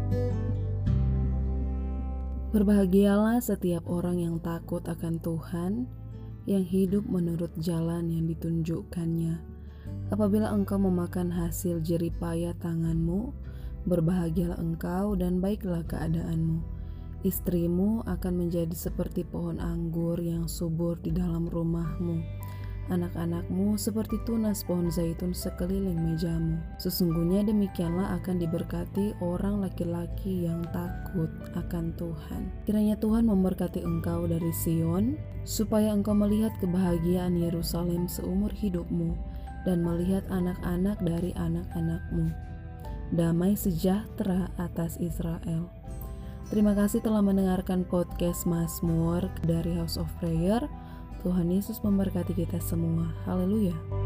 Berbahagialah setiap orang yang takut akan Tuhan, yang hidup menurut jalan yang ditunjukkannya. Apabila engkau memakan hasil jerih payah tanganmu, berbahagialah engkau dan baiklah keadaanmu. Istrimu akan menjadi seperti pohon anggur yang subur di dalam rumahmu. Anak-anakmu seperti tunas pohon zaitun sekeliling mejamu. Sesungguhnya demikianlah akan diberkati orang laki-laki yang takut akan Tuhan. Kiranya Tuhan memberkati engkau dari Sion, supaya engkau melihat kebahagiaan Yerusalem seumur hidupmu dan melihat anak-anak dari anak-anakmu. Damai sejahtera atas Israel. Terima kasih telah mendengarkan podcast Mazmur dari House of Prayer. Tuhan Yesus memberkati kita semua. Haleluya.